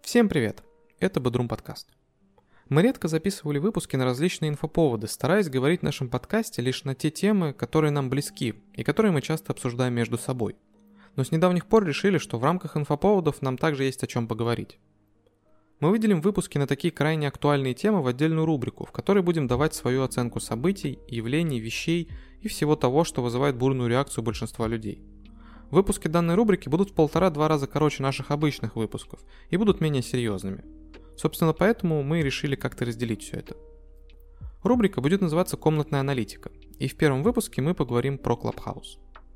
Всем привет! Это Бодрум подкаст. Мы редко записывали выпуски на различные инфоповоды, стараясь говорить в нашем подкасте лишь на те темы, которые нам близки и которые мы часто обсуждаем между собой. Но с недавних пор решили, что в рамках инфоповодов нам также есть о чем поговорить. Мы выделим выпуски на такие крайне актуальные темы в отдельную рубрику, в которой будем давать свою оценку событий, явлений, вещей и всего того, что вызывает бурную реакцию большинства людей. Выпуски данной рубрики будут в 1,5-2 раза короче наших обычных выпусков и будут менее серьезными. Собственно, поэтому мы решили как-то разделить все это. Рубрика будет называться «Комнатная аналитика», и в первом выпуске мы поговорим про Clubhouse.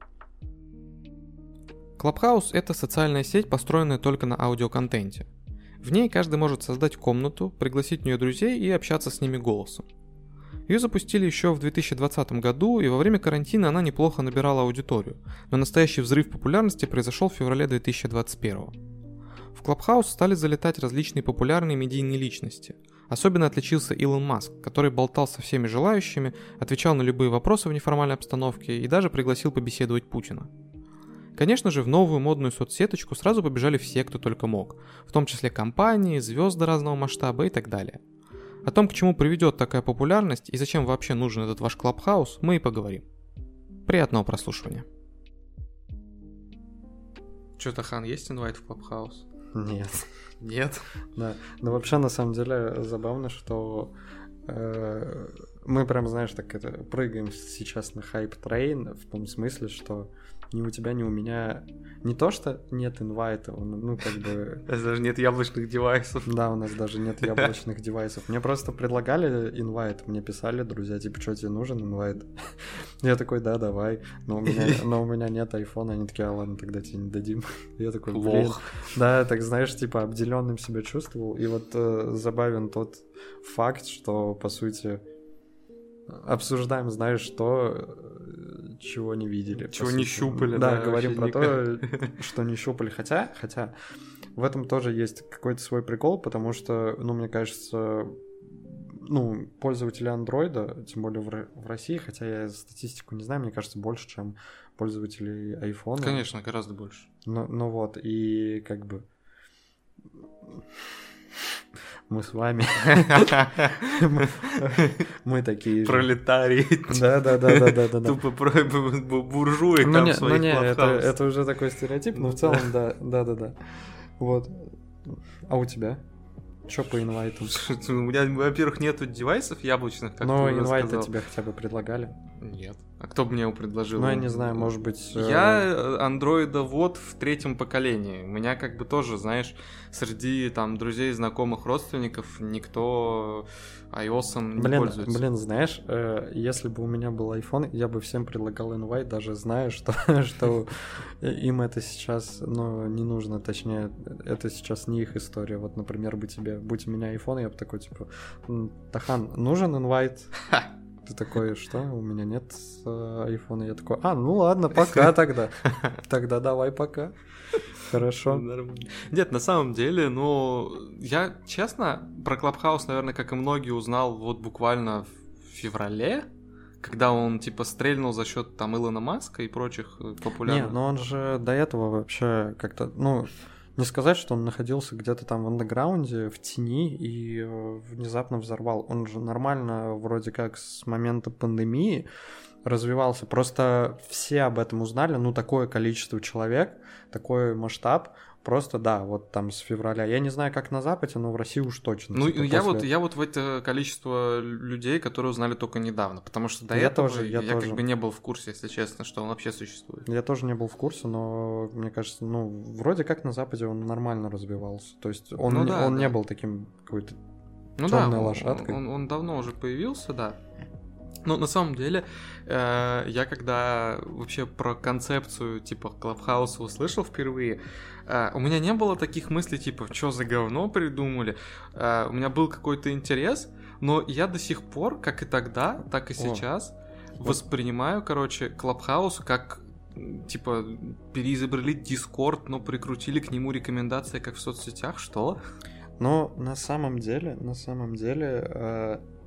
Clubhouse — это социальная сеть, построенная только на аудиоконтенте. В ней каждый может создать комнату, пригласить в нее друзей и общаться с ними голосом. Ее запустили еще в 2020 году, и во время карантина она неплохо набирала аудиторию, но настоящий взрыв популярности произошел в феврале 2021. В Clubhouse стали залетать различные популярные медийные личности. Особенно отличился Илон Маск, который болтал со всеми желающими, отвечал на любые вопросы в неформальной обстановке и даже пригласил побеседовать Путина. Конечно же, в новую модную соцсеточку сразу побежали все, кто только мог, в том числе компании, звезды разного масштаба и так далее. О том, к чему приведет такая популярность и зачем вообще нужен этот ваш Clubhouse, мы и поговорим. Приятного прослушивания. Чё, Тахан, есть инвайт в Clubhouse? Нет. Нет? Да. Но вообще, на самом деле, забавно, что мы прям, знаешь, так это прыгаем сейчас на хайп-трейн, в том смысле, что ни у тебя, ни у меня не то, что нет инвайта, ну, как бы... У нас даже нет яблочных девайсов. Да, у нас даже нет яблочных девайсов. Мне просто предлагали инвайт, мне писали друзья, типа, что тебе нужен инвайт? Я такой, да, давай, но у меня нет айфона, они такие, ладно, тогда тебе не дадим. Я такой, блин. Да, так, знаешь, типа, обделенным себя чувствовал, и вот забавен тот факт, что, по сути, обсуждаем, знаешь, что... чего не видели. Чего не щупали. Да, говорим про то, что не щупали. Хотя в этом тоже есть какой-то свой прикол, потому что, ну, мне кажется, ну, пользователи андроида, тем более в России, хотя я статистику не знаю, мне кажется, больше, чем пользователей айфона. Конечно, гораздо больше. Ну вот, и как бы... Мы с вами. Мы такие же. Пролетарии. Да. Тупо буржуи там в своих Clubhouse. Это уже такой стереотип, но в целом, да. Вот. А у тебя? Чё по инвайту? У меня, во-первых, нету девайсов яблочных, как ты но уже инвайты сказал. тебе хотя бы предлагали? Нет. А кто бы мне его предложил? Ну, я не знаю, может быть... Я андроидовод в 3-м поколении. У меня как бы тоже, знаешь, среди там друзей, знакомых, родственников никто iOS-ом не пользуется. Блин, знаешь, если бы у меня был iPhone, я бы всем предлагал инвайт, даже зная, что им это сейчас, ну, не нужно, точнее, это сейчас не их история. Вот, например, будь у меня iPhone, я бы такой, типа, Тахан, нужен инвайт? Ты такой, что? У меня нет айфона. Я такой, ну ладно, пока тогда. Тогда давай пока. Хорошо. Нет, на самом деле, ну, я, честно, про Clubhouse, наверное, как и многие, узнал вот буквально в феврале, когда он, типа, стрельнул за счет там Илона Маска и прочих популярных. Не, но он же до этого вообще как-то, ну... Не сказать, что он находился где-то там в андеграунде, в тени и внезапно взорвал. Он же нормально вроде как с момента пандемии развивался. Просто все об этом узнали. Ну, такое количество человек, такой масштаб. Просто, да, вот там с февраля. Я не знаю, как на Западе, но в России уж точно. Ну, я вот в это количество людей, которые узнали только недавно, потому что до этого я тоже. Как бы не был в курсе, если честно, что он вообще существует. Я тоже не был в курсе, но мне кажется, ну, вроде как на Западе он нормально развивался. То есть он не был таким какой-то темной лошадкой. Он давно уже появился, да. Но на самом деле, я когда вообще про концепцию типа Clubhouse услышал впервые, у меня не было таких мыслей типа, что за говно придумали. У меня был какой-то интерес, но я до сих пор, как и тогда, так и сейчас, воспринимаю, короче, Clubhouse как типа переизобрели Discord, но прикрутили к нему рекомендации, как в соцсетях, что? Но на самом деле,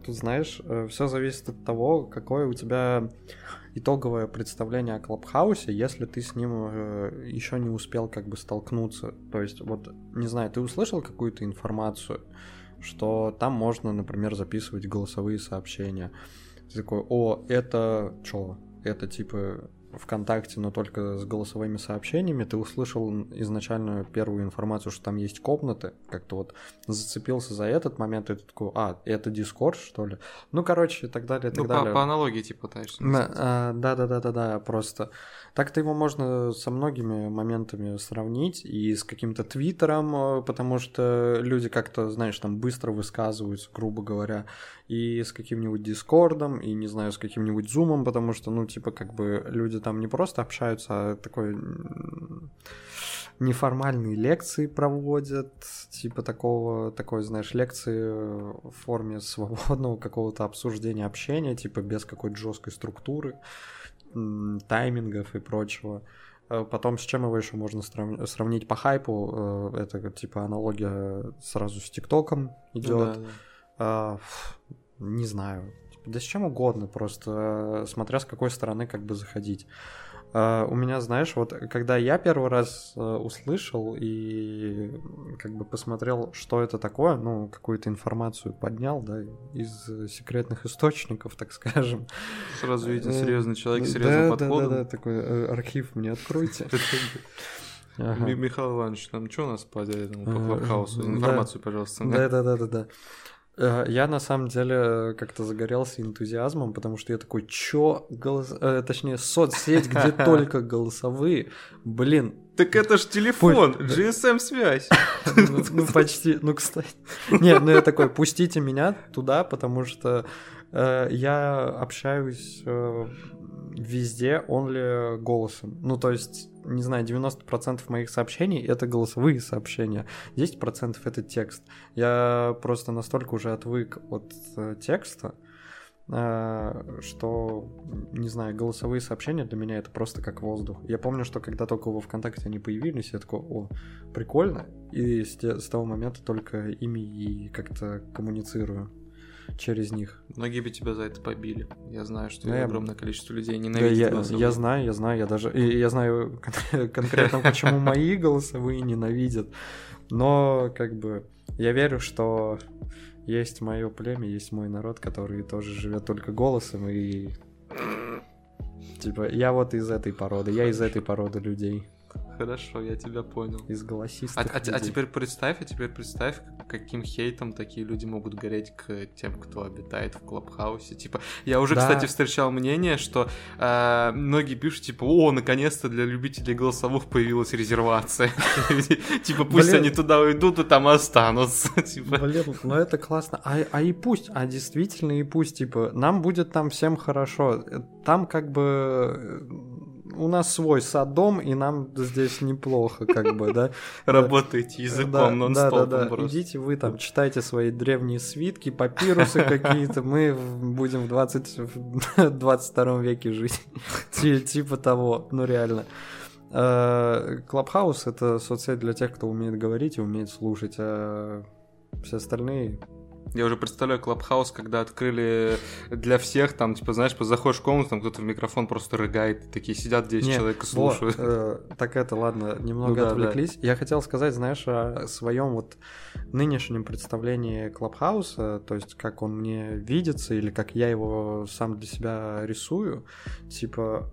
тут, знаешь, все зависит от того, какое у тебя итоговое представление о Клабхаусе, если ты с ним еще не успел как бы столкнуться. То есть, вот, не знаю, ты услышал какую-то информацию, что там можно, например, записывать голосовые сообщения. Ты такой, о, это что? Это типа ВКонтакте, но только с голосовыми сообщениями. Ты услышал изначально первую информацию, что там есть комнаты, как-то вот зацепился за этот момент, и ты такой, это Discord, что ли? Ну, короче, и так далее, и так далее. По аналогии, типа, пытаешься. Да, просто. Так-то его можно со многими моментами сравнить, и с каким-то Твиттером, потому что люди как-то, знаешь, там быстро высказываются, грубо говоря, и с каким-нибудь Дискордом, и, не знаю, с каким-нибудь Зумом, потому что, ну, типа, как бы люди там не просто общаются, а такой неформальные лекции проводят, типа такой, знаешь, лекции в форме свободного какого-то обсуждения, общения, типа без какой-то жесткой структуры, таймингов и прочего. Потом с чем его еще можно сравнить по хайпу? Это типа аналогия сразу с ТикТоком идет. Не знаю. Да с чем угодно, просто смотря с какой стороны как бы заходить. У меня, знаешь, вот когда я первый раз услышал и как бы посмотрел, что это такое, ну, какую-то информацию поднял, да, из секретных источников, так скажем. Сразу видно, серьезный человек с серьезным подходом. Да, такой архив мне откройте. Михаил Иванович, там что у нас по Клабхаусу? Информацию, пожалуйста. Да. Я на самом деле как-то загорелся энтузиазмом, потому что я такой, точнее, соцсеть, где только голосовые, блин. Так это ж телефон, GSM-связь. Ну, почти, ну, кстати. Нет, ну я такой, пустите меня туда, потому что я общаюсь везде only голосом. Ну, то есть, не знаю, 90% моих сообщений — это голосовые сообщения, 10% — это текст. Я просто настолько уже отвык от текста, что, не знаю, голосовые сообщения для меня — это просто как воздух. Я помню, что когда только во ВКонтакте они появились, я такой, о, прикольно, и с того момента только ими и как-то коммуницирую через них. Многие бы тебя за это побили. Я знаю, что огромное количество людей ненавидит голосовые. Я знаю, я знаю конкретно, почему мои голосовые ненавидят. Но как бы я верю, что есть мое племя, есть мой народ, который тоже живет только голосом, и типа я вот из этой породы, я из этой породы людей. Хорошо, я тебя понял. Из голосистых людей. А теперь представь, каким хейтом такие люди могут гореть к тем, кто обитает в Клабхаусе. Типа, я уже, кстати, встречал мнение, что многие пишут, типа, о, наконец-то для любителей голосовых появилась резервация. Типа, пусть они туда уйдут и там останутся. Блин, ну это классно. А и пусть, действительно и пусть, типа, нам будет там всем хорошо. Там как бы... У нас свой Содом, и нам здесь неплохо, как бы, да. Работаете языком нон-стопом просто. Идите вы там, читайте свои древние свитки, папирусы какие-то, мы будем в 22 веке жить. Типа того, ну реально. Клабхаус — это соцсеть для тех, кто умеет говорить и умеет слушать, а все остальные... Я уже представляю Клабхаус, когда открыли для всех, там, типа, знаешь, заходишь в комнату, там кто-то в микрофон просто рыгает, такие сидят 10 человек и слушают. Так это, ладно, немного отвлеклись. Я хотел сказать, знаешь, о своем вот нынешнем представлении Клабхауса, то есть как он мне видится или как я его сам для себя рисую. Типа,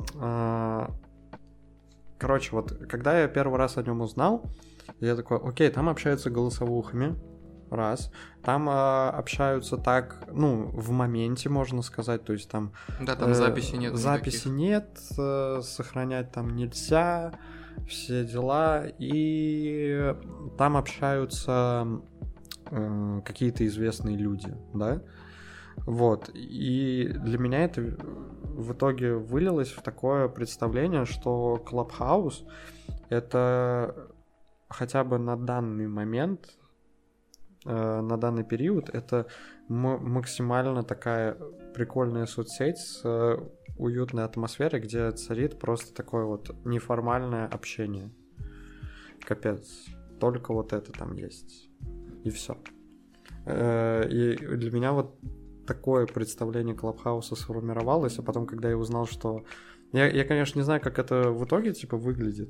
короче, вот когда я первый раз о нем узнал, я такой, окей, там общаются голосовухами. Раз. Там общаются так, ну, в моменте, можно сказать, то есть там... Да, там записи нет. Записи нет, сохранять там нельзя, все дела, и там общаются какие-то известные люди, да? Вот, и для меня это в итоге вылилось в такое представление, что Clubhouse — это хотя бы на данный момент... на данный период это максимально такая прикольная соцсеть с уютной атмосферой, где царит просто такое вот неформальное общение. Капец. Только вот это там есть. И все. И для меня вот такое представление Клабхауса сформировалось, а потом, когда я узнал, что... Я, конечно, не знаю, как это в итоге, типа, выглядит,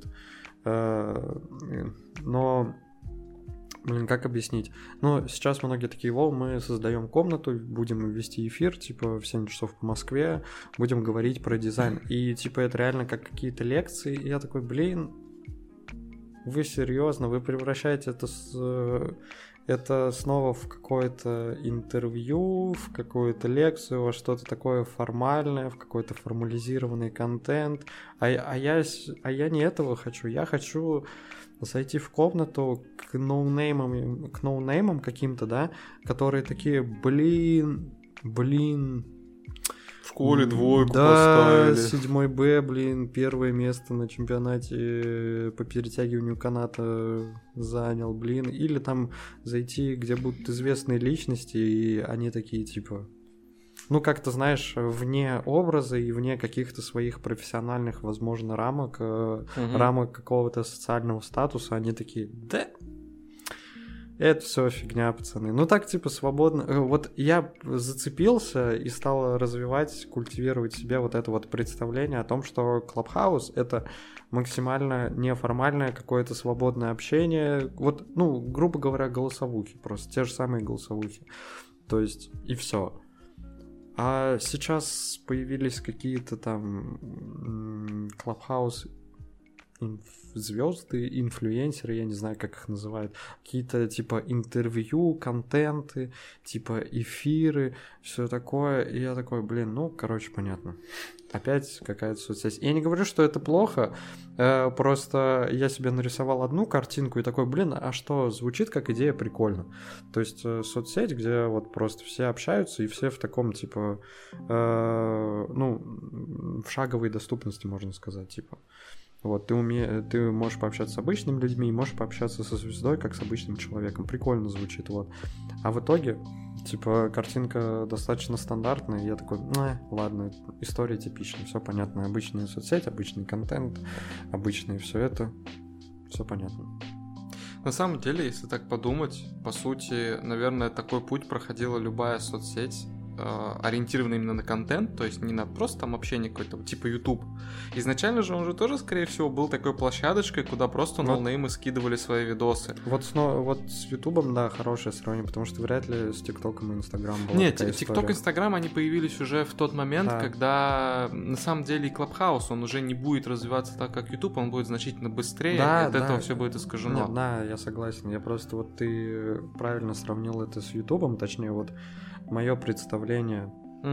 но... Блин, как объяснить? Ну, сейчас многие такие, мы создаем комнату, будем вести эфир, типа, в 7 часов по Москве, будем говорить про дизайн. И, типа, это реально как какие-то лекции. И я такой, блин, вы серьезно, вы превращаете это снова в какое-то интервью, в какую-то лекцию, во что-то такое формальное, в какой-то формализированный контент. А я не этого хочу. Я хочу зайти в комнату к ноунеймам каким-то, да, которые такие, блин. В школе двойку да, поставили. 7 Б, блин, первое место на чемпионате по перетягиванию каната занял, блин. Или там зайти, где будут известные личности, и они такие, типа... Ну, как-то, знаешь, вне образа и вне каких-то своих профессиональных, возможно, рамок, рамок какого-то социального статуса, они такие, да, это все фигня, пацаны. Ну, так, типа, свободно. Вот я зацепился и стал развивать, культивировать в себе вот это вот представление о том, что Clubhouse — это максимально неформальное какое-то свободное общение. Вот, ну, грубо говоря, голосовухи просто, те же самые голосовухи. То есть, и все. А сейчас появились какие-то там Clubhouse звезды, инфлюенсеры, я не знаю, как их называют, какие-то типа интервью, контенты, типа эфиры, все такое. И я такой, блин, ну, короче, понятно. Опять какая-то соцсеть. Я не говорю, что это плохо, просто я себе нарисовал одну картинку и такой, блин, а что, звучит как идея прикольно. То есть соцсеть, где вот просто все общаются и все в таком, типа, ну, в шаговой доступности, можно сказать, типа. Вот, ты можешь пообщаться с обычными людьми, можешь пообщаться со звездой, как с обычным человеком. Прикольно звучит, вот. А в итоге, типа, картинка достаточно стандартная, и я такой, ладно, история типичная, все понятно. Обычная соцсеть, обычный контент, обычное все это, все понятно. На самом деле, если так подумать, по сути, наверное, такой путь проходила любая соцсеть, ориентирован именно на контент, то есть не на просто там общение какое-то, типа YouTube. Изначально же он же тоже, скорее всего, был такой площадочкой, куда просто ноунеймы скидывали свои видосы. Вот с Ютубом, да, хорошее сравнение, потому что вряд ли с ТикТоком и Инстаграм была Нет, такая ТикТок и Инстаграм, они появились уже в тот момент, да, когда на самом деле и Клабхаус, он уже не будет развиваться так, как YouTube, он будет значительно быстрее, да, и от этого все будет искажено. Нет, да, я согласен. Я просто вот ты правильно сравнил это с Ютубом, точнее вот мое представление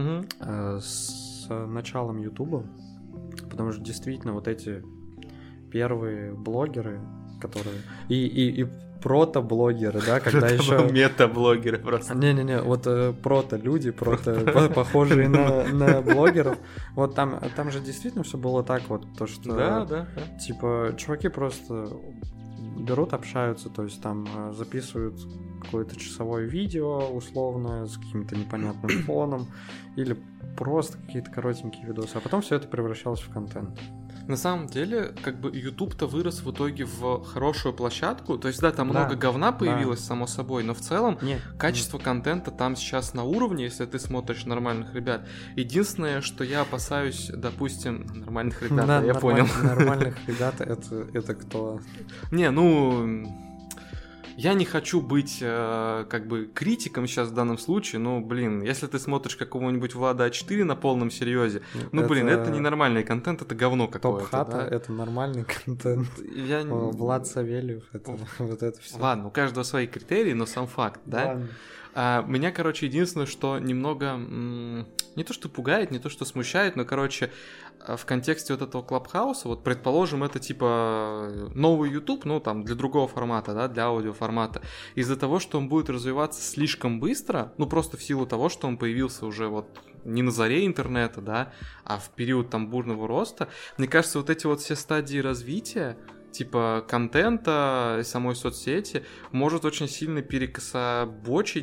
с началом Ютуба, потому что действительно вот эти первые блогеры, которые и прото-блогеры, да, когда еще мета-блогеры просто. Не-не-не, вот прото-люди, похожие на блогеров. Вот там же действительно все было так вот, то что да. Типа чуваки просто берут, общаются, то есть там записывают какое-то часовое видео условно с каким-то непонятным фоном или просто какие-то коротенькие видосы, а потом все это превращалось в контент. На самом деле, как бы YouTube-то вырос в итоге в хорошую площадку, то есть да, там много говна появилось, само собой, но в целом качество контента там сейчас на уровне, если ты смотришь нормальных ребят. Единственное, что я опасаюсь, допустим, нормальных ребят, я понял. Нормальных ребят это кто? Не, ну... Я не хочу быть как бы критиком сейчас в данном случае, но, блин, если ты смотришь какого-нибудь Влада А4 на полном серьезе, это ненормальный контент, это говно какое-то. Топ-хата, да? Это нормальный контент. Влад Савельев, это вот это все. Ладно, у каждого свои критерии, но сам факт, да? Меня, короче, единственное, что немного не то что пугает, не то что смущает, но, короче, в контексте вот этого Клабхауса, вот, предположим, это типа новый YouTube, ну, там, для другого формата, да, для аудиоформата, из-за того, что он будет развиваться слишком быстро, ну, просто в силу того, что он появился уже вот не на заре интернета, да, а в период там бурного роста, мне кажется, вот эти вот все стадии развития, типа контента, самой соцсети, может очень сильно перекособочить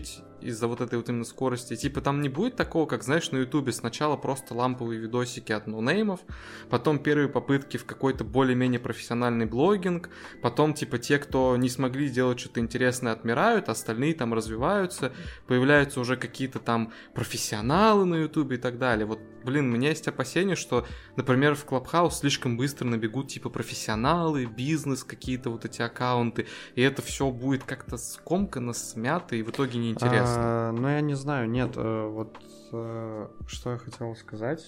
из-за вот этой вот именно скорости. Типа там не будет такого, как, знаешь, на Ютубе сначала просто ламповые видосики от ноунеймов, потом первые попытки в какой-то более-менее профессиональный блогинг, потом типа те, кто не смогли сделать что-то интересное, отмирают, остальные там развиваются, появляются уже какие-то там профессионалы на Ютубе и так далее. Вот, блин, у меня есть опасения, что, например, в Clubhouse слишком быстро набегут типа профессионалы, бизнес, какие-то вот эти аккаунты, и это все будет как-то скомкано, смято, и в итоге неинтересно. Ну, я не знаю, нет, вот что я хотел сказать.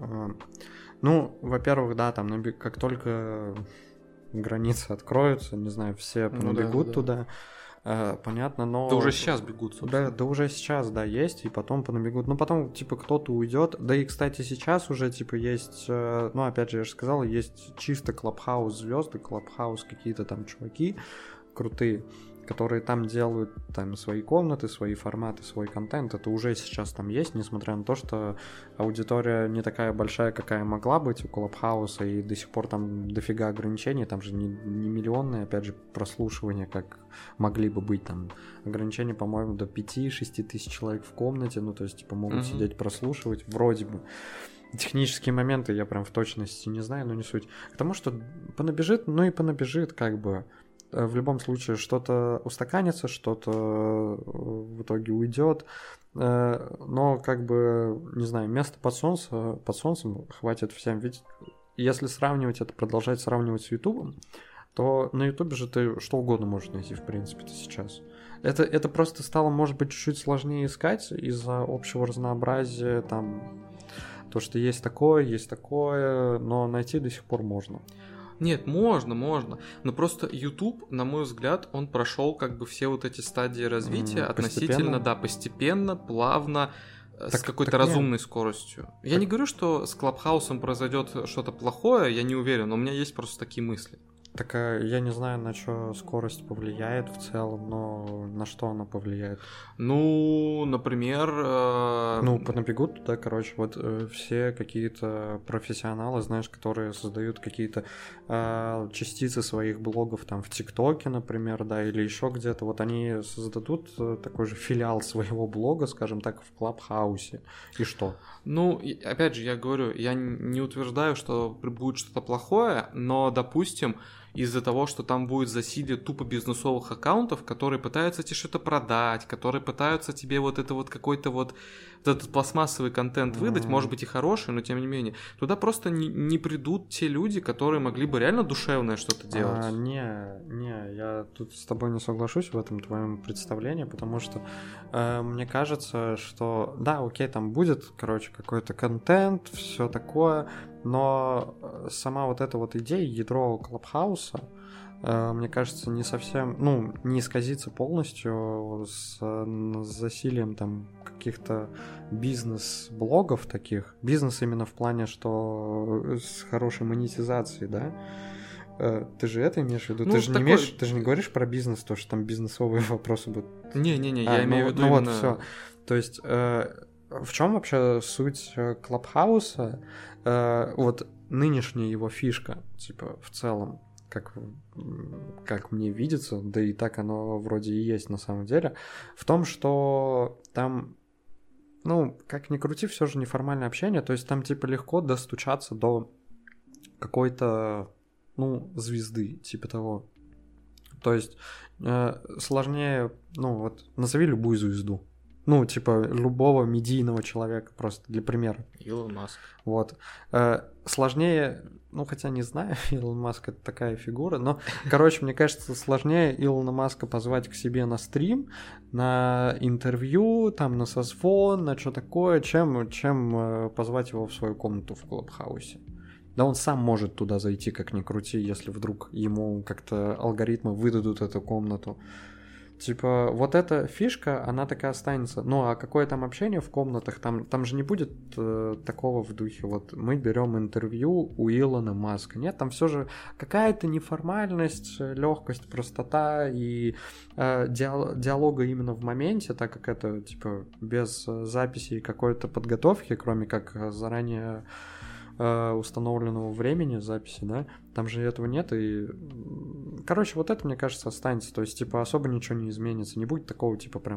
Ну, во-первых, да, там как только границы откроются, не знаю, все набегут туда. Понятно, но... Да уже сейчас бегут, собственно. Да уже сейчас, да, есть, и потом понабегут. Ну, потом, типа, кто-то уйдет. Да и, кстати, сейчас уже, типа, есть... Ну, опять же, я же сказал, есть чисто Clubhouse звезды, Clubhouse какие-то там чуваки крутые, которые там делают там свои комнаты, свои форматы, свой контент. Это уже сейчас там есть, несмотря на то, что аудитория не такая большая, какая могла быть у Clubhouse, и до сих пор там дофига ограничений, там же не миллионные, опять же, прослушивания, как могли бы быть там. Ограничения, по-моему, до 5-6 тысяч человек в комнате, ну, то есть, типа, могут сидеть прослушивать, вроде бы. Технические моменты я прям в точности не знаю, но не суть. К тому, что понабежит, ну и понабежит, как бы. В любом случае что-то устаканится, что-то в итоге уйдет, но как бы, не знаю, место под солнцем хватит всем. Ведь если сравнивать это, продолжать сравнивать с Ютубом, то на Ютубе же ты что угодно можешь найти, в принципе-то сейчас. Это просто стало, может быть, чуть-чуть сложнее искать из-за общего разнообразия, там, то, что есть такое, но найти до сих пор можно. Нет, можно, но просто YouTube, на мой взгляд, он прошел как бы все вот эти стадии развития относительно, да, постепенно, плавно, с какой-то разумной скоростью. Я не говорю, что с Клабхаусом произойдет что-то плохое, я не уверен, но у меня есть просто такие мысли. Так я не знаю, на что скорость повлияет в целом, но на что она повлияет? Ну, например... Ну, понабегут туда, короче, вот все какие-то профессионалы, знаешь, которые создают какие-то частицы своих блогов там в ТикТоке, например, да, или еще где-то, вот они создадут такой же филиал своего блога, скажем так, в Клабхаусе. И что? Ну, опять же, я говорю, я не утверждаю, что будет что-то плохое, но, допустим, из-за того, что там будет засилие тупо бизнесовых аккаунтов, которые пытаются тебе что-то продать, которые пытаются тебе вот это вот какой-то вот этот пластмассовый контент выдать, может быть и хороший, но тем не менее, туда просто не придут те люди, которые могли бы реально душевное что-то делать. Не, я тут с тобой не соглашусь в этом твоем представлении, потому что мне кажется, что да, окей, там будет, короче, какой-то контент, все такое, но сама вот эта вот идея, ядро Клабхауса, мне кажется, не совсем, ну, не исказится полностью с засилием там каких-то бизнес-блогов таких. Бизнес именно в плане, что с хорошей монетизацией, да? Ты же это имеешь в виду? Ну, ты же не говоришь про бизнес, то, что там бизнесовые вопросы будут. Не, я имею в виду ну именно... вот, все. То есть, в чем вообще суть Клабхауса? Вот нынешняя его фишка, типа, в целом, как мне видится, да и так оно вроде и есть на самом деле, в том, что там, ну, как ни крути, все же неформальное общение, то есть там, типа, легко достучаться до какой-то, ну, звезды, типа того. То есть сложнее, ну, вот, назови любую звезду. Ну, типа, любого медийного человека, просто для примера. Илон Маск. Вот. Сложнее, ну, хотя не знаю, Илон Маск — это такая фигура, но, короче, мне кажется, сложнее Илона Маска позвать к себе на стрим, на интервью, там, на созвон, на что такое, чем позвать его в свою комнату в Клабхаусе. Да он сам может туда зайти, как ни крути, если вдруг ему как-то алгоритмы выдадут эту комнату. Типа, вот эта фишка, она такая останется. Ну, а какое там общение в комнатах, там же не будет такого в духе, вот мы берем интервью у Илона Маска. Нет, там все же какая-то неформальность, легкость, простота и диалога именно в моменте, так как это, типа, без записи и какой-то подготовки, кроме как заранее установленного времени записи, да, там же этого нет, и, короче, вот это, мне кажется, останется, то есть, типа, особо ничего не изменится, не будет такого, типа, прям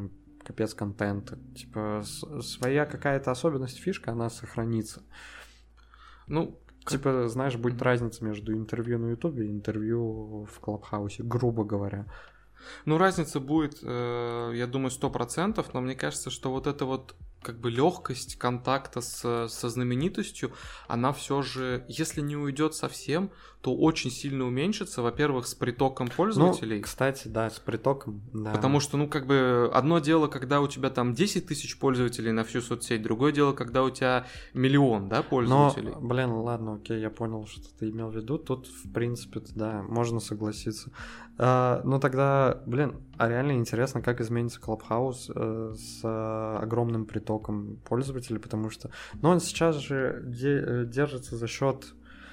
капец контента. Типа, своя какая-то особенность, фишка, она сохранится. Ну, типа, знаешь, будет разница между интервью на Ютубе и интервью в Клабхаусе, грубо говоря. Ну, разница будет, я думаю, 100%, но мне кажется, что вот эта вот как бы легкость контакта со знаменитостью, она все же, если не уйдет совсем, то очень сильно уменьшится, во-первых, с притоком пользователей. Ну, кстати, да, с притоком, да. Потому что, ну, как бы, одно дело, когда у тебя там 10 тысяч пользователей на всю соцсеть, другое дело, когда у тебя миллион, да, пользователей. Но, блин, ладно, окей, я понял, что ты имел в виду. Тут, в принципе, да, можно согласиться. Ну, тогда, блин, а реально интересно, как изменится Clubhouse с огромным притоком пользователей, потому что, ну, он сейчас же держится за счет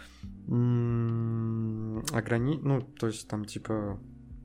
ну, то есть там, типа,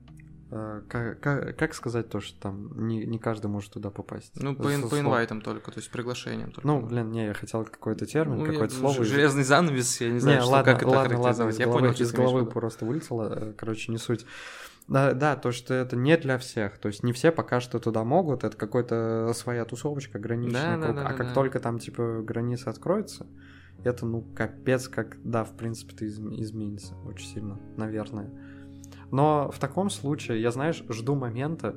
как сказать то, что там не каждый может туда попасть? Ну, по инвайтам только, то есть приглашением только. Ну, блин, не, я хотел какой-то термин, какое-то слово. Железный занавес, я не знаю, как это характеризовать. Я понял, из головы просто вылетело, короче, не суть. Да, то, что это не для всех, то есть не все пока что туда могут, это какая-то своя тусовочка, ограниченный круг, а как только там, типа, граница откроется, это, ну, капец, как, да, в принципе-то изменится очень сильно, наверное. Но в таком случае, я, знаешь, жду момента.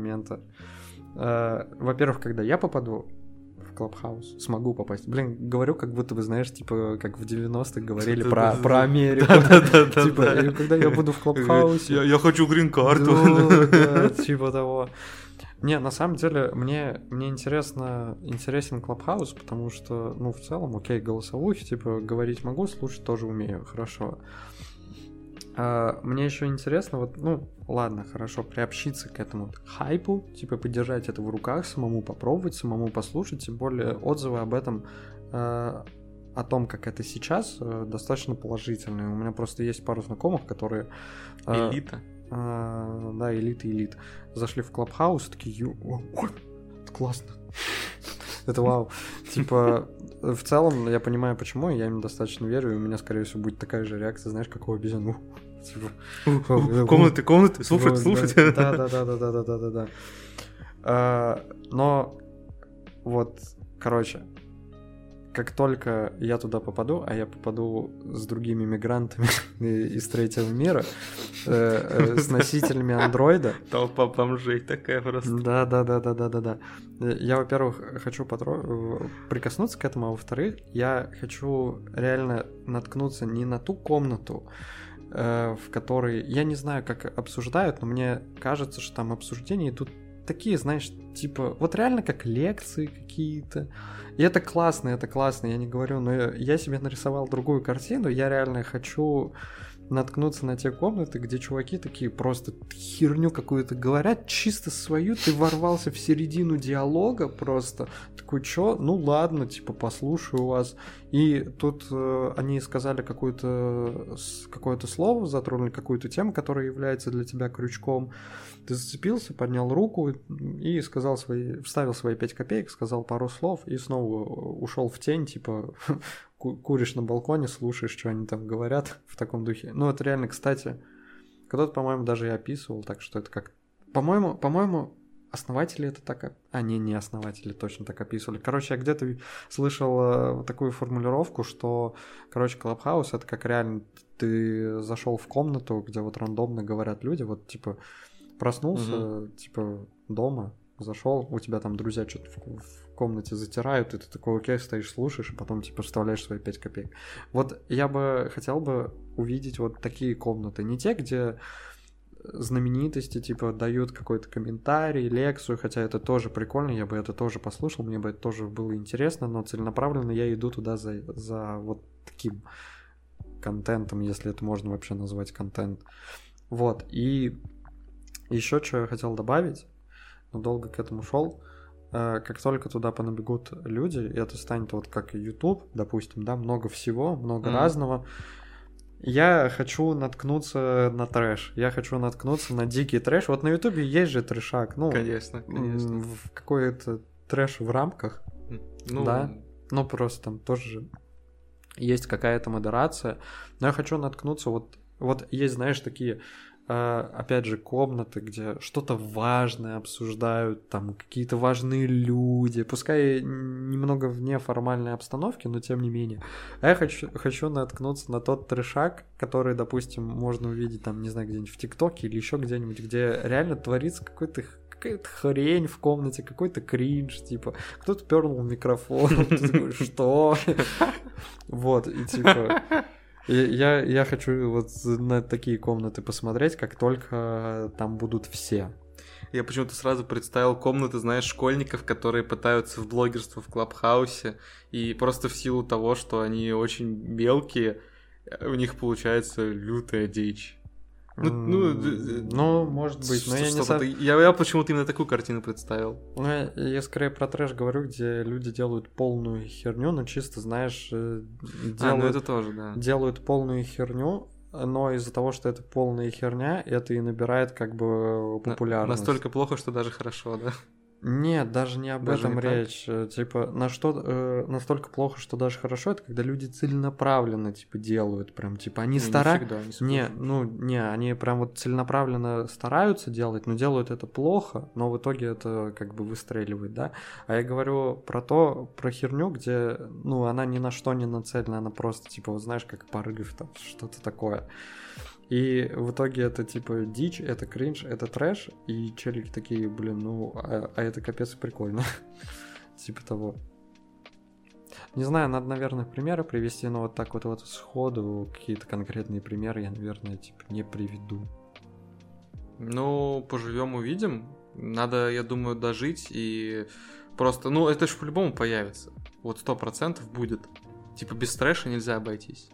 Во-первых, когда я попаду в Клабхаус, смогу попасть. Блин, говорю, как будто вы, знаешь, типа, как в 90-х говорили про Америку. Типа, когда я буду в Клабхаусе... Я хочу грин-карту. Да, типа того. Не, на самом деле, мне интересен Клабхаус, потому что, ну, в целом, окей, голосовухи, типа, говорить могу, слушать тоже умею, хорошо. Мне еще интересно, вот, ну, ладно, хорошо, приобщиться к этому хайпу, типа, подержать это в руках, самому попробовать, самому послушать, тем более отзывы об этом, о том, как это сейчас, достаточно положительные. У меня просто есть пару знакомых, которые... Элита. Да, элит. Зашли в Клабхаус, такие, это классно. Это вау. Типа, в целом, я понимаю, почему, я им достаточно верю, и у меня, скорее всего, будет такая же реакция, знаешь, как у обезьян. Комнаты, слушать. Да. Но вот, короче, как только я туда попаду, а я попаду с другими мигрантами из третьего мира, с носителями андроида. Толпа бомжей такая просто. Да. Я, во-первых, хочу прикоснуться к этому, а во-вторых, я хочу реально наткнуться не на ту комнату, в которой, я не знаю, как обсуждают, но мне кажется, что там обсуждения идут такие, знаешь, типа, вот реально как лекции какие-то. И это классно, я не говорю, но я себе нарисовал другую картину, я реально хочу наткнуться на те комнаты, где чуваки такие просто херню какую-то говорят, чисто свою, ты ворвался в середину диалога просто, такой, чё? Ну ладно, типа, послушаю вас. И тут они сказали какое-то слово, затронули какую-то тему, которая является для тебя крючком. Ты зацепился, поднял руку и вставил свои 5 копеек, сказал пару слов и снова ушел в тень, типа, куришь на балконе, слушаешь, что они там говорят в таком духе. Ну, это реально, кстати, кто-то, по-моему, даже и описывал, так что это как... По-моему, основатели это так... не основатели точно так описывали. Короче, я где-то слышал такую формулировку, что, короче, Clubhouse — это как реально ты зашел в комнату, где вот рандомно говорят люди, вот, типа, проснулся, типа, дома, зашел, у тебя там друзья что-то в комнате затирают, и ты такой, окей, стоишь, слушаешь, и потом, типа, вставляешь свои 5 копеек. Вот я бы хотел бы увидеть вот такие комнаты, не те, где знаменитости, типа, дают какой-то комментарий, лекцию, хотя это тоже прикольно, я бы это тоже послушал, мне бы это тоже было интересно, но целенаправленно я иду туда за вот таким контентом, если это можно вообще назвать контент. Вот, и еще что я хотел добавить, но долго к этому шел. Как только туда понабегут люди, и это станет вот как и YouTube, допустим, да, много всего, много разного. Я хочу наткнуться на трэш, я хочу наткнуться на дикий трэш. Вот на YouTube есть же трэшак, ну, конечно. В какой-то трэш в рамках, да, ну просто там тоже есть какая-то модерация, но я хочу наткнуться, вот есть, знаешь, такие опять же, комнаты, где что-то важное обсуждают, там какие-то важные люди, пускай немного вне формальной обстановки, но тем не менее. А я хочу наткнуться на тот трешак, который, допустим, можно увидеть там, не знаю, где-нибудь в ТикТоке или еще где-нибудь, где реально творится какая-то хрень в комнате, какой-то кринж, типа, кто-то пернул микрофон, ты такой, что? Вот, и типа... Я хочу вот на такие комнаты посмотреть, как только там будут все. Я почему-то сразу представил комнаты, знаешь, школьников, которые пытаются в блогерство в Клабхаусе, и просто в силу того, что они очень мелкие, у них получается лютая дичь. Ну, может быть, но я не Я почему-то именно такую картину представил. Ну, я скорее про трэш говорю, где люди делают полную херню, но чисто, знаешь, это тоже, да. Делают полную херню, но из-за того, что это полная херня, это и набирает как бы популярность. Настолько плохо, что даже хорошо, да? Нет, даже не об даже этом не речь. Типа, настолько плохо, что даже хорошо, это когда люди целенаправленно, типа, делают прям, типа, они стараются... они прям вот целенаправленно стараются делать, но делают это плохо, но в итоге это как бы выстреливает, да? А я говорю про херню, где, ну, она ни на что не нацелена, она просто, типа, вот знаешь, как порыв, там, что-то такое. И в итоге это типа дичь, это кринж, это трэш, и челики такие, блин, ну, а это капец прикольно. Типа того. Не знаю, надо, наверное, примеры привести, но вот так вот сходу какие-то конкретные примеры я, наверное, типа не приведу. Ну, поживем, увидим. Надо, я думаю, дожить и просто, ну, это же по-любому появится. Вот 100% будет. Типа без трэша нельзя обойтись.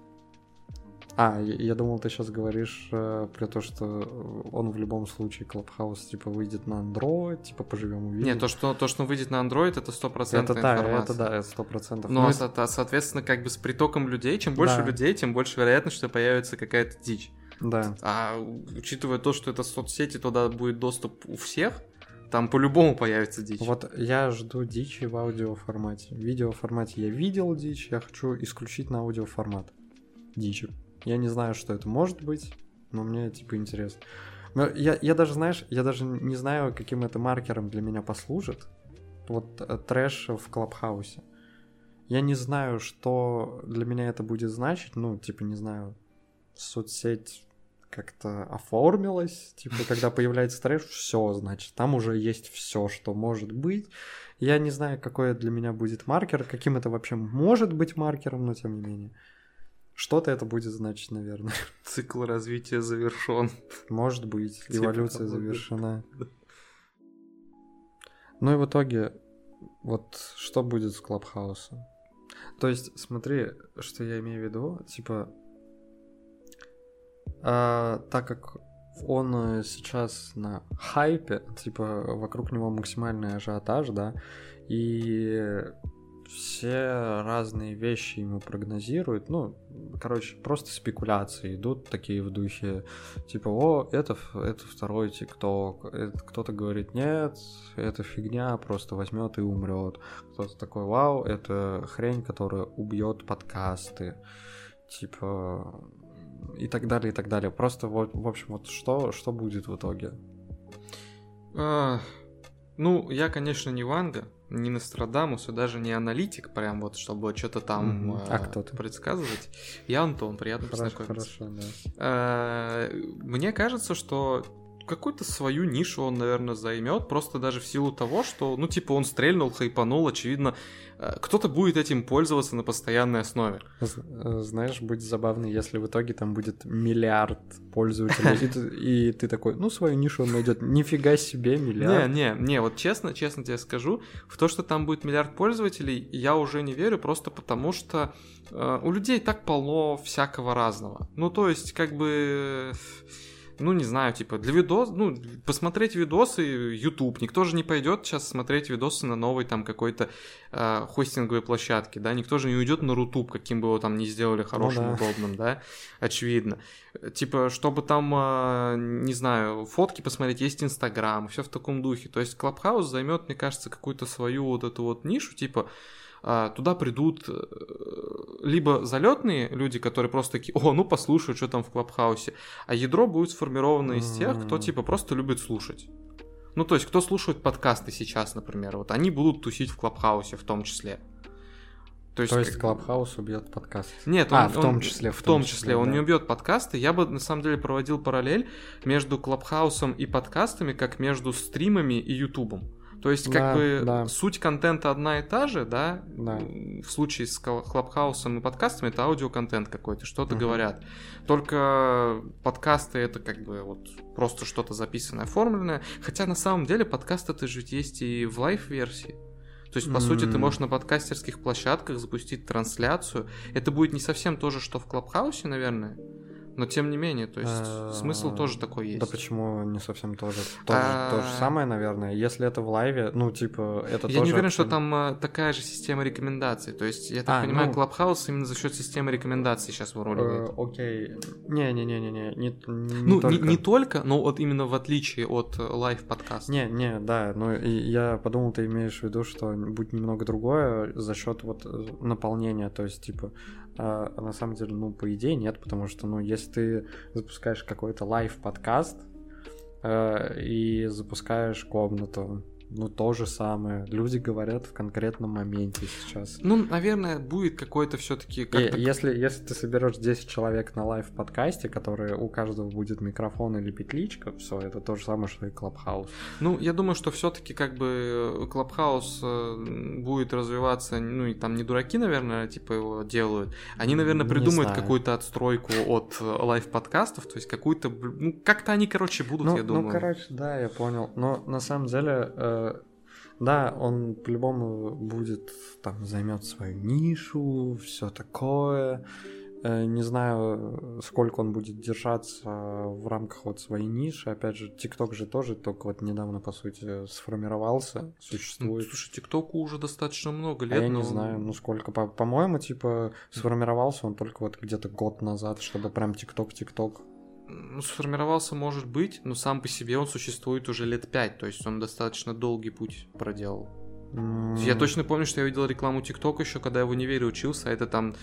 Я думал, ты сейчас говоришь про то, что он в любом случае Clubhouse типа выйдет на Android, типа поживем увидим. Нет, то, что он выйдет на Android, это 100% информация. Это 100%. Но, соответственно, как бы с притоком людей, чем больше людей, тем больше вероятность, что появится какая-то дичь. Да. А учитывая то, что это соцсети, туда будет доступ у всех, там по-любому появится дичь. Вот я жду дичи в аудиоформате. В видеоформате я видел дичь, я хочу исключительно аудиоформат дичи. Я не знаю, что это может быть, но мне, типа, интересно. Я даже, знаешь, не знаю, каким это маркером для меня послужит. Вот трэш в Клабхаусе. Я не знаю, что для меня это будет значить. Ну, типа, не знаю, соцсеть как-то оформилась. Типа, когда появляется трэш, все, значит, там уже есть все, что может быть. Я не знаю, какой для меня будет маркер, каким это вообще может быть маркером, но тем не менее. Что-то это будет значить, наверное. Цикл развития завершен. Может быть, эволюция завершена. Ну и в итоге, вот что будет с Клабхаусом? То есть, смотри, что я имею в виду, типа, так как он сейчас на хайпе, типа, вокруг него максимальный ажиотаж, да, и все разные вещи ему прогнозируют, ну, короче, просто спекуляции идут такие в духе, типа, это второй ТикТок, кто-то говорит, нет, это фигня, просто возьмет и умрет, кто-то такой, вау, это хрень, которая убьет подкасты, типа, и так далее, и так далее. Просто, в общем, вот что будет в итоге? Ну, я, конечно, не Ванга, не Нострадамус и даже не аналитик, прям вот, чтобы что-то там предсказывать. Я Антон, приятно познакомиться. Хорошо, да. Мне кажется, что какую-то свою нишу он, наверное, займет, просто даже в силу того, что, ну, типа, он стрельнул, хайпанул, очевидно, кто-то будет этим пользоваться на постоянной основе. Знаешь, будет забавно, если в итоге там будет миллиард пользователей, и ты такой, ну, свою нишу он найдет. Нифига себе, миллиард. Не, вот честно тебе скажу, в то, что там будет миллиард пользователей, я уже не верю, просто потому что у людей так полно всякого разного. Ну, то есть, как бы... Ну, не знаю, типа, для посмотреть видосы, YouTube. Никто же не пойдет сейчас смотреть видосы на новой там какой-то хостинговой площадке, да? Никто же не уйдет на Рутуб, каким бы его там ни сделали хорошим, удобным, да? Очевидно. Типа, чтобы там, не знаю, фотки посмотреть, есть Инстаграм, все в таком духе. То есть Клабхаус займет, мне кажется, какую-то свою вот эту вот нишу, типа, туда придут либо залетные люди, которые просто такие, ну послушают, что там в Клабхаусе, а ядро будет сформировано из тех, кто типа просто любит слушать. Ну, то есть, кто слушает подкасты сейчас, например, вот они будут тусить в Клабхаусе в том числе. То есть Клабхаус убьет подкаст? Нет, в том числе. Он не убьет подкасты. Я бы, на самом деле, проводил параллель между Клабхаусом и подкастами, как между стримами и Ютубом. То есть, суть контента одна и та же, да? В случае с Клабхаусом и подкастами это аудиоконтент какой-то, что-то говорят. Только подкасты это как бы вот просто что-то записанное, оформленное. Хотя на самом деле подкаст это же есть и в лайв-версии. То есть, по сути, ты можешь на подкастерских площадках запустить трансляцию. Это будет не совсем то же, что в Клабхаусе, наверное. Но тем не менее, то есть смысл тоже такой есть. Да почему не совсем то же? То же самое, наверное. Если это в лайве, это я тоже... Я не уверен, что там такая же система рекомендаций. То есть, я так понимаю, Клабхаус именно за счет системы рекомендаций сейчас выруливает. Окей. Не только, но вот именно в отличие от лайв-подкаста. Я подумал, ты имеешь в виду, что будет немного другое за счет вот наполнения, то есть, типа... А на самом деле, по идее нет, потому что, если ты запускаешь какой-то лайв-подкаст и запускаешь комнату, то же самое. Люди говорят в конкретном моменте сейчас. Наверное, будет какой-то все-таки... Если ты соберешь 10 человек на лайв-подкасте, которые у каждого будет микрофон или петличка, все, это то же самое, что и Клабхаус. Я думаю, что все-таки как бы Клабхаус будет развиваться, и там не дураки, наверное, типа его делают. Они, наверное, придумают какую-то отстройку от лайв-подкастов, то есть какую-то... как-то они, будут, я думаю. Да, я понял. Но на самом деле... Да, он по-любому будет, займет свою нишу, все такое. Не знаю, сколько он будет держаться в рамках вот своей ниши. Опять же, ТикТок же тоже только вот недавно, по сути, сформировался, существует. Слушай, ТикТоку уже достаточно много лет. Я не знаю, сколько. По-моему, сформировался он только вот где-то год назад, чтобы прям ТикТок. Сформировался, может быть, но сам по себе он существует уже лет 5, то есть он достаточно долгий путь проделал. Я точно помню, что я видел рекламу ТикТока еще, когда я в универе учился, а это там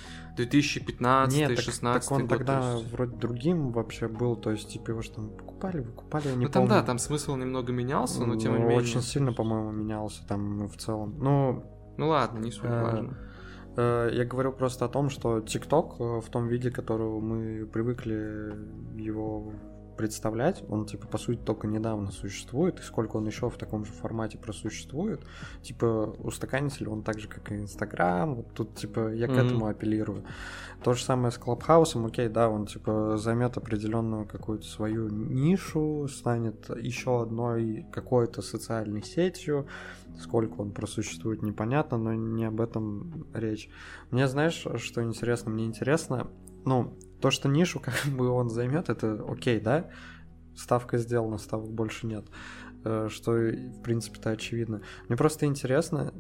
2015-16 так он год. Тогда вроде другим вообще был, то есть его же там выкупали, я не помню. Там смысл немного менялся, но тем не менее. Очень сильно, по-моему, менялся там в целом. Ладно, не суть важно. Я говорю просто о том, что TikTok в том виде, которого мы привыкли его представлять, он, по сути, только недавно существует, и сколько он еще в таком же формате просуществует, устаканится ли он так же, как и Инстаграм, вот тут, я к этому апеллирую. То же самое с Клабхаусом, окей, да, он, займет определенную какую-то свою нишу, станет еще одной какой-то социальной сетью, сколько он просуществует, непонятно, но не об этом речь. Мне, знаешь, что интересно? Мне интересно, то, что нишу как бы он займет, это окей, да? Ставка сделана, ставок больше нет. Что, в принципе-то, очевидно. Мне просто интересно,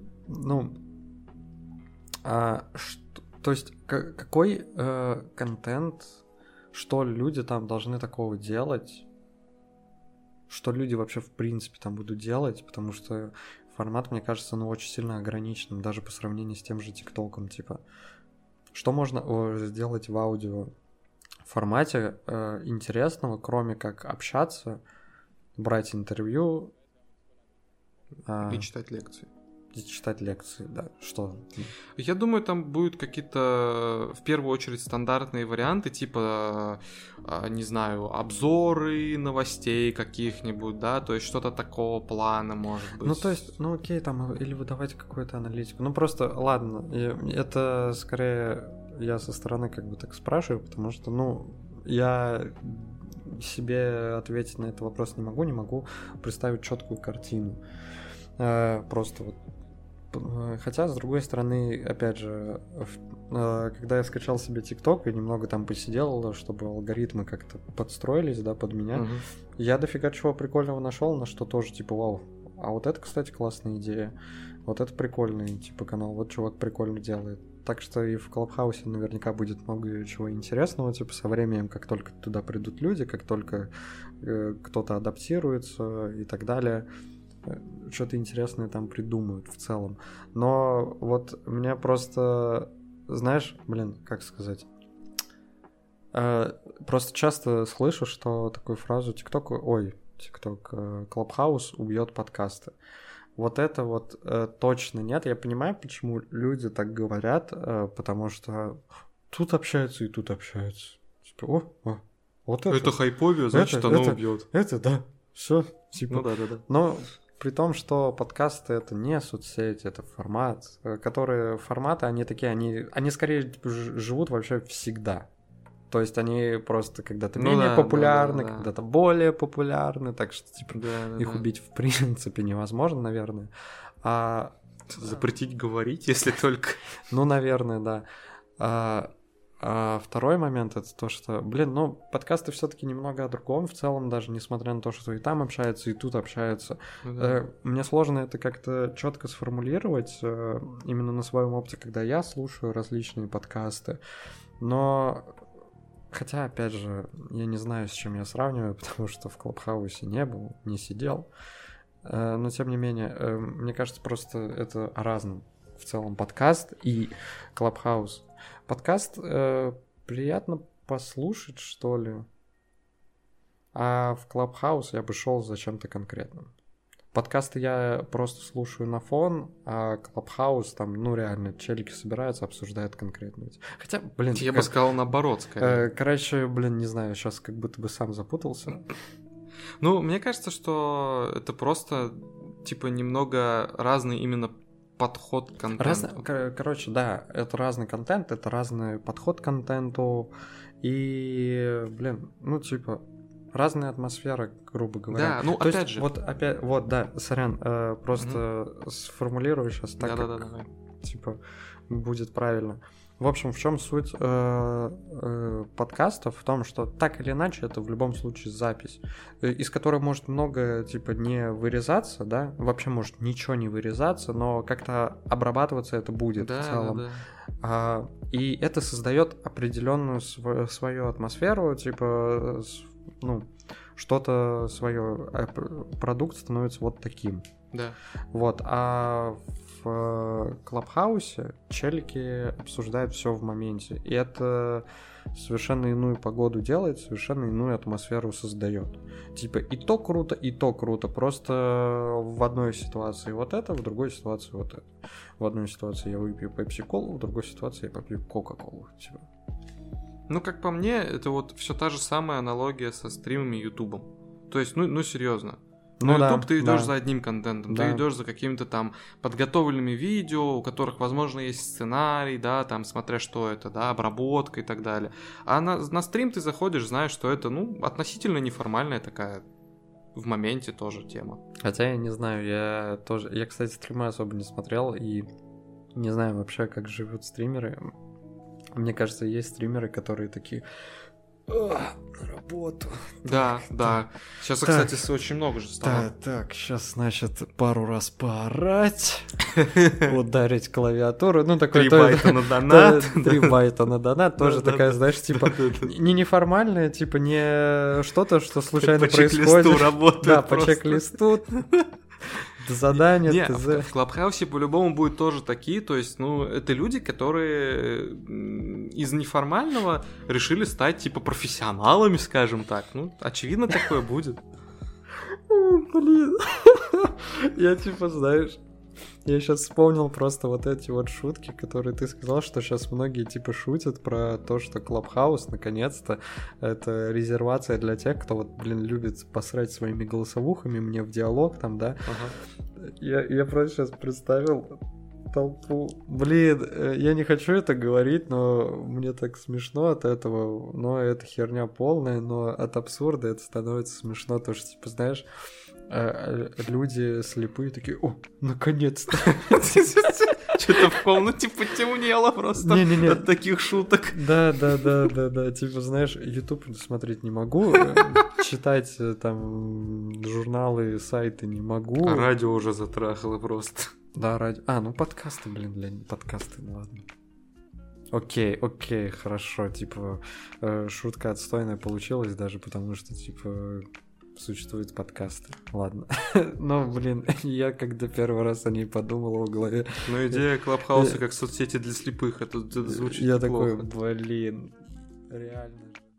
то есть, какой контент, что люди там должны такого делать, что люди вообще, в принципе, там будут делать, потому что формат, мне кажется, очень сильно ограниченным, даже по сравнению с тем же ТикТоком, что можно сделать в аудио формате интересного, кроме как общаться, брать интервью и читать лекции. Да. Что? Я думаю, там будут какие-то, в первую очередь, стандартные варианты, не знаю, обзоры новостей каких-нибудь, да, то есть что-то такого плана, может быть. Окей, там, или выдавать какую-то аналитику. Просто, ладно, это скорее я со стороны как бы так спрашиваю, потому что, я себе ответить на этот вопрос не могу представить четкую картину. Просто вот. Хотя, с другой стороны, опять же, когда я скачал себе ТикТок и немного там посидел, чтобы алгоритмы как-то подстроились, да, под меня, я дофига чего прикольного нашел, на что тоже, вау, а вот это, кстати, классная идея, вот это прикольный, канал, вот чувак прикольно делает. Так что и в Клабхаусе наверняка будет много чего интересного, со временем, как только туда придут люди, как только кто-то адаптируется и так далее. что-то интересное там придумают в целом. Но вот меня просто, знаешь, как сказать... Просто часто слышу, что такую фразу ТикТок, Клабхаус убьет подкасты. Вот это вот точно нет. Я понимаю, почему люди так говорят, потому что тут общаются и тут общаются. Типа, вот это. Это хайповее, значит, оно убьет. Это, да, все. Типа. Ну да. Но при том, что подкасты — это не соцсети, это форматы, они такие, они скорее живут вообще всегда. То есть они просто когда-то менее популярны, когда-то более популярны, так что типа их убить в принципе невозможно, наверное. Запретить говорить, если только. Ну, наверное, да. Второй момент — это то, что, подкасты все-таки немного о другом в целом, даже несмотря на то, что и там общаются, и тут общаются. Мне сложно это как-то четко сформулировать именно на своем опыте, когда я слушаю различные подкасты. Но хотя, опять же, я не знаю, с чем я сравниваю, потому что в Клабхаусе не был, не сидел. Но, тем не менее, мне кажется, просто это о разном. В целом подкаст и Клабхаус. Подкаст приятно послушать, что ли. А в Клабхаус я бы шел за чем-то конкретным. Подкасты я просто слушаю на фон, а Клабхаус там, реально, челики собираются, обсуждают конкретно. Хотя, Я бы сказал наоборот, скорее. Короче, не знаю, сейчас как будто бы сам запутался. Ну, мне кажется, что это просто, немного разный именно подход к контенту. Короче, да, это разный контент, это разный подход к контенту. И, разная атмосфера, грубо говоря. Да, опять же. Просто сформулирую сейчас так, как будет правильно. В общем, в чем суть подкастов? В том, что так или иначе это в любом случае запись, из которой может многое не вырезаться, да, вообще может ничего не вырезаться, но как-то обрабатываться это будет в целом. И это создает определенную свою атмосферу, что-то свое, продукт становится вот таким. Да. Вот, а в Клабхаусе челики обсуждают все в моменте. И это совершенно иную погоду делает, совершенно иную атмосферу создает. И то круто. Просто в одной ситуации вот это, в другой ситуации вот это. В одной ситуации я выпью пепси-колу, в другой ситуации я попью кока-колу. Как по мне, это вот все та же самая аналогия со стримами и ютубом. То есть, серьезно. На YouTube ты идешь за одним контентом, ты идешь за какими-то там подготовленными видео, у которых, возможно, есть сценарий, да, там, смотря что это, да, обработка и так далее. А на стрим ты заходишь, знаешь, что это, относительно неформальная такая в моменте тоже тема. Хотя я не знаю, я, кстати, стримы особо не смотрел и не знаю вообще, как живут стримеры. Мне кажется, есть стримеры, которые такие... на работу. Да. Сейчас, кстати, очень много же стало. Так, сейчас, значит, пару раз поорать, ударить клавиатуру. 3 байта на донат. 3 байта на донат. Тоже такая, знаешь, не неформальная, не что-то, что случайно происходит. По чек-листу работает. Да, по чек-листу. Задание, ТЗ. В Клабхаусе по-любому будет тоже такие, то есть, это люди, которые из неформального решили стать, профессионалами, скажем так. Очевидно, такое будет. Блин. Я, знаешь, я сейчас вспомнил просто вот эти вот шутки, которые ты сказал, что сейчас многие, шутят про то, что Клабхаус, наконец-то, это резервация для тех, кто любит посрать своими голосовухами мне в диалог там, да. Я просто сейчас представил толпу. Блин, я не хочу это говорить, но мне так смешно от этого. Но это херня полная, но от абсурда это становится смешно. То, что, знаешь, люди слепые такие: о, наконец-то. Что-то в комнате потемнело просто от таких шуток. Да. Знаешь, YouTube смотреть не могу, читать там журналы, сайты не могу. А радио уже затрахало просто. Да, радио. Подкасты, подкасты, ладно. Окей, хорошо, шутка отстойная получилась даже, потому что, существуют подкасты. Ладно. Но, блин, я когда первый раз о ней подумал в голове... Ну, идея Клабхауса как соцсети для слепых, это звучит Я плохо. такой, блин, реально...